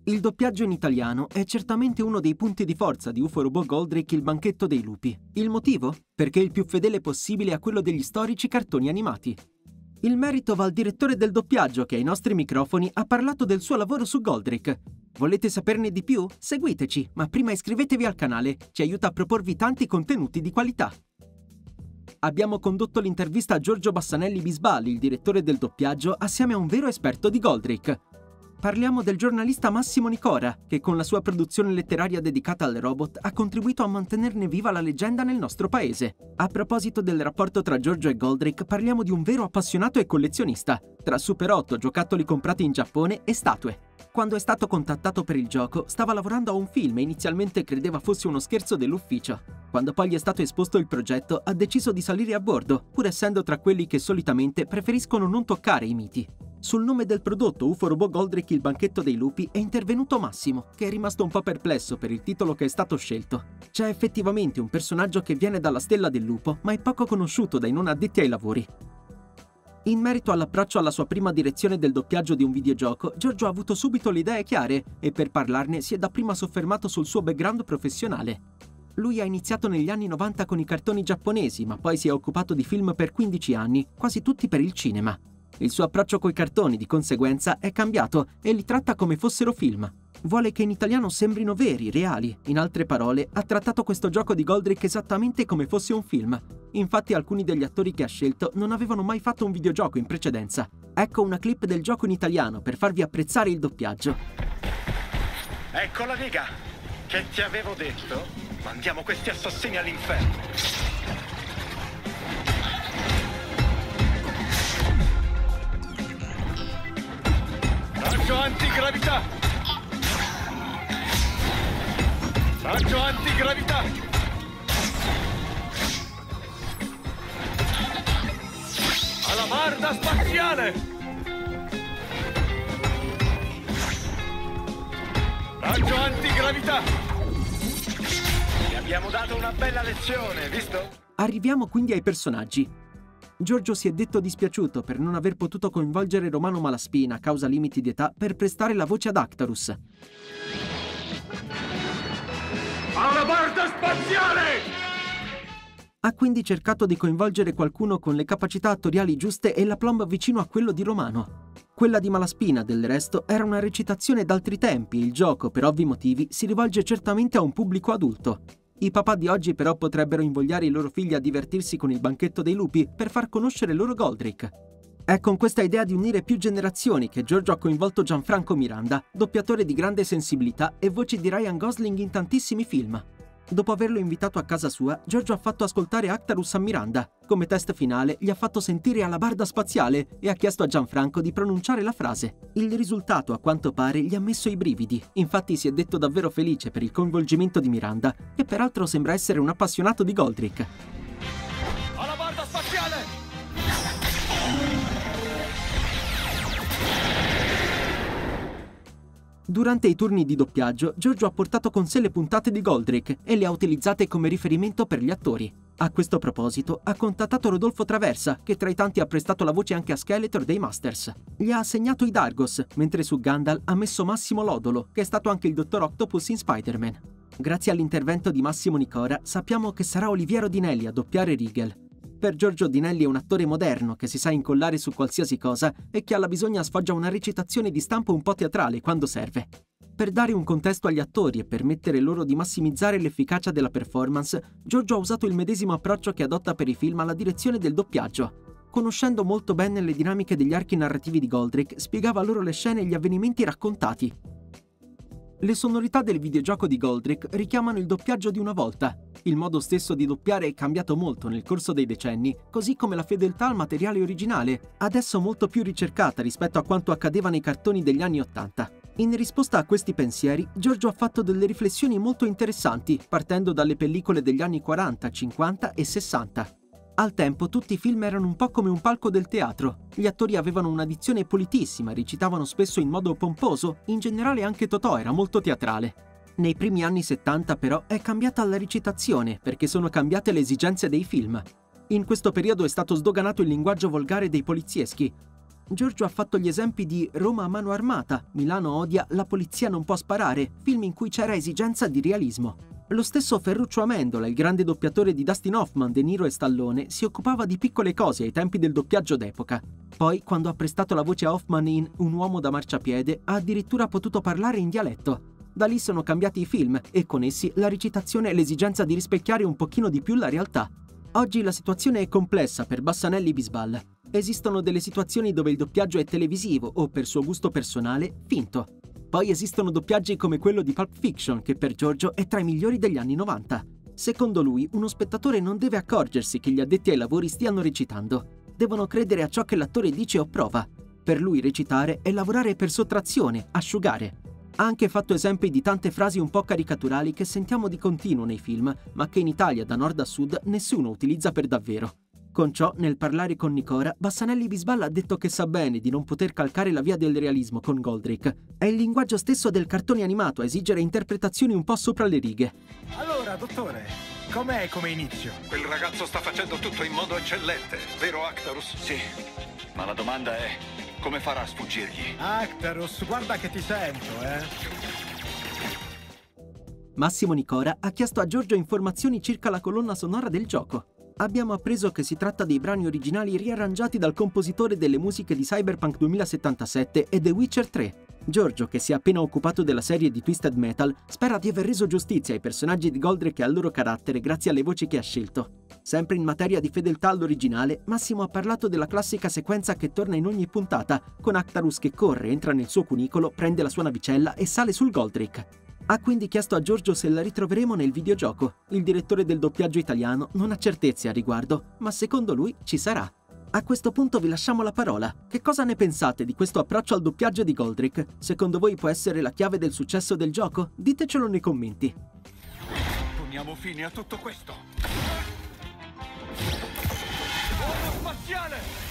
Il doppiaggio in italiano è certamente uno dei punti di forza di UFO Robot Goldrake Il Banchetto dei Lupi. Il motivo? Perché è il più fedele possibile a quello degli storici cartoni animati. Il merito va al direttore del doppiaggio che ai nostri microfoni ha parlato del suo lavoro su Goldrake. Volete saperne di più? Seguiteci, ma prima iscrivetevi al canale, ci aiuta a proporvi tanti contenuti di qualità. Abbiamo condotto l'intervista a Giorgio Bassanelli Bisbal, il direttore del doppiaggio, assieme a un vero esperto di Goldrake. Parliamo del giornalista Massimo Nicora, che con la sua produzione letteraria dedicata al robot ha contribuito a mantenerne viva la leggenda nel nostro paese. A proposito del rapporto tra Giorgio e Goldrake, parliamo di un vero appassionato e collezionista, tra Super 8, giocattoli comprati in Giappone e statue. Quando è stato contattato per il gioco, stava lavorando a un film e inizialmente credeva fosse uno scherzo dell'ufficio. Quando poi gli è stato esposto il progetto, ha deciso di salire a bordo, pur essendo tra quelli che solitamente preferiscono non toccare i miti. Sul nome del prodotto UFO Robot Goldrake Il Banchetto dei Lupi è intervenuto Massimo, che è rimasto un po' perplesso per il titolo che è stato scelto. C'è effettivamente un personaggio che viene dalla stella del lupo, ma è poco conosciuto dai non addetti ai lavori. In merito all'approccio alla sua prima direzione del doppiaggio di un videogioco, Giorgio ha avuto subito le idee chiare e per parlarne si è dapprima soffermato sul suo background professionale. Lui ha iniziato negli anni 90 con i cartoni giapponesi, ma poi si è occupato di film per 15 anni, quasi tutti per il cinema. Il suo approccio coi cartoni, di conseguenza, è cambiato e li tratta come fossero film. Vuole che in italiano sembrino veri, reali. In altre parole, ha trattato questo gioco di Goldrake esattamente come fosse un film. Infatti alcuni degli attori che ha scelto non avevano mai fatto un videogioco in precedenza. Ecco una clip del gioco in italiano per farvi apprezzare il doppiaggio. Ecco la riga! Che ti avevo detto? Mandiamo questi assassini all'inferno! Raggio antigravità! Raggio antigravità! Alabarda spaziale! Raggio antigravità! Ti abbiamo dato una bella lezione, visto? Arriviamo quindi ai personaggi. Giorgio si è detto dispiaciuto per non aver potuto coinvolgere Romano Malaspina a causa limiti di età per prestare la voce ad Actarus. Alabarda spaziale! Ha quindi cercato di coinvolgere qualcuno con le capacità attoriali giuste e l'aplomb vicino a quello di Romano. Quella di Malaspina, del resto, era una recitazione d'altri tempi e il gioco, per ovvi motivi, si rivolge certamente a un pubblico adulto. I papà di oggi però potrebbero invogliare i loro figli a divertirsi con Il Banchetto dei Lupi per far conoscere loro Goldrake. È con questa idea di unire più generazioni che Giorgio ha coinvolto Gianfranco Miranda, doppiatore di grande sensibilità e voce di Ryan Gosling in tantissimi film. Dopo averlo invitato a casa sua, Giorgio ha fatto ascoltare Actarus a Miranda. Come test finale gli ha fatto sentire Alabarda spaziale e ha chiesto a Gianfranco di pronunciare la frase. Il risultato, a quanto pare, gli ha messo i brividi. Infatti si è detto davvero felice per il coinvolgimento di Miranda, che peraltro sembra essere un appassionato di Goldrake. Alabarda spaziale! Durante i turni di doppiaggio, Giorgio ha portato con sé le puntate di Goldrake e le ha utilizzate come riferimento per gli attori. A questo proposito, ha contattato Rodolfo Traversa, che tra i tanti ha prestato la voce anche a Skeletor dei Masters. Gli ha assegnato i Dargos, mentre su Gandalf ha messo Massimo Lodolo, che è stato anche il Dottor Octopus in Spider-Man. Grazie all'intervento di Massimo Nicora, sappiamo che sarà Oliviero Dinelli a doppiare Regal. Per Giorgio, Dinelli è un attore moderno che si sa incollare su qualsiasi cosa e che alla bisogna sfoggia una recitazione di stampo un po' teatrale quando serve. Per dare un contesto agli attori e permettere loro di massimizzare l'efficacia della performance, Giorgio ha usato il medesimo approccio che adotta per i film alla direzione del doppiaggio. Conoscendo molto bene le dinamiche degli archi narrativi di Goldrake, spiegava loro le scene e gli avvenimenti raccontati. Le sonorità del videogioco di Goldrake richiamano il doppiaggio di una volta. Il modo stesso di doppiare è cambiato molto nel corso dei decenni, così come la fedeltà al materiale originale, adesso molto più ricercata rispetto a quanto accadeva nei cartoni degli anni '80. In risposta a questi pensieri, Giorgio ha fatto delle riflessioni molto interessanti, partendo dalle pellicole degli anni 40, 50 e 60. Al tempo tutti i film erano un po' come un palco del teatro. Gli attori avevano una dizione pulitissima, recitavano spesso in modo pomposo, in generale anche Totò era molto teatrale. Nei primi anni 70 però è cambiata la recitazione, perché sono cambiate le esigenze dei film. In questo periodo è stato sdoganato il linguaggio volgare dei polizieschi. Giorgio ha fatto gli esempi di Roma a mano armata, Milano odia La polizia non può sparare, film in cui c'era esigenza di realismo. Lo stesso Ferruccio Amendola, il grande doppiatore di Dustin Hoffman, De Niro e Stallone, si occupava di piccole cose ai tempi del doppiaggio d'epoca. Poi, quando ha prestato la voce a Hoffman in Un uomo da marciapiede, ha addirittura potuto parlare in dialetto. Da lì sono cambiati i film e con essi la recitazione e l'esigenza di rispecchiare un pochino di più la realtà. Oggi la situazione è complessa per Bassanelli Bisbal. Esistono delle situazioni dove il doppiaggio è televisivo o, per suo gusto personale, finto. Poi esistono doppiaggi come quello di Pulp Fiction, che per Giorgio è tra i migliori degli anni 90. Secondo lui, uno spettatore non deve accorgersi che gli addetti ai lavori stiano recitando. Devono credere a ciò che l'attore dice o prova. Per lui recitare è lavorare per sottrazione, asciugare. Ha anche fatto esempi di tante frasi un po' caricaturali che sentiamo di continuo nei film, ma che in Italia da nord a sud nessuno utilizza per davvero. Con ciò, nel parlare con Nicora, Bassanelli Bisbal ha detto che sa bene di non poter calcare la via del realismo con Goldrake. È il linguaggio stesso del cartone animato a esigere interpretazioni un po' sopra le righe. Allora, dottore, com'è come inizio? Quel ragazzo sta facendo tutto in modo eccellente, vero Actarus? Sì, ma la domanda è: come farà a sfuggirgli? Actarus, guarda che ti sento, Massimo Nicora ha chiesto a Giorgio informazioni circa la colonna sonora del gioco. Abbiamo appreso che si tratta dei brani originali riarrangiati dal compositore delle musiche di Cyberpunk 2077 e The Witcher 3. Giorgio, che si è appena occupato della serie di Twisted Metal, spera di aver reso giustizia ai personaggi di Goldrake e al loro carattere grazie alle voci che ha scelto. Sempre in materia di fedeltà all'originale, Massimo ha parlato della classica sequenza che torna in ogni puntata, con Actarus che corre, entra nel suo cunicolo, prende la sua navicella e sale sul Goldrake. Ha quindi chiesto a Giorgio se la ritroveremo nel videogioco. Il direttore del doppiaggio italiano non ha certezze a riguardo, ma secondo lui ci sarà. A questo punto vi lasciamo la parola. Che cosa ne pensate di questo approccio al doppiaggio di Goldrake? Secondo voi può essere la chiave del successo del gioco? Ditecelo nei commenti. Poniamo fine a tutto questo. Uomo spaziale!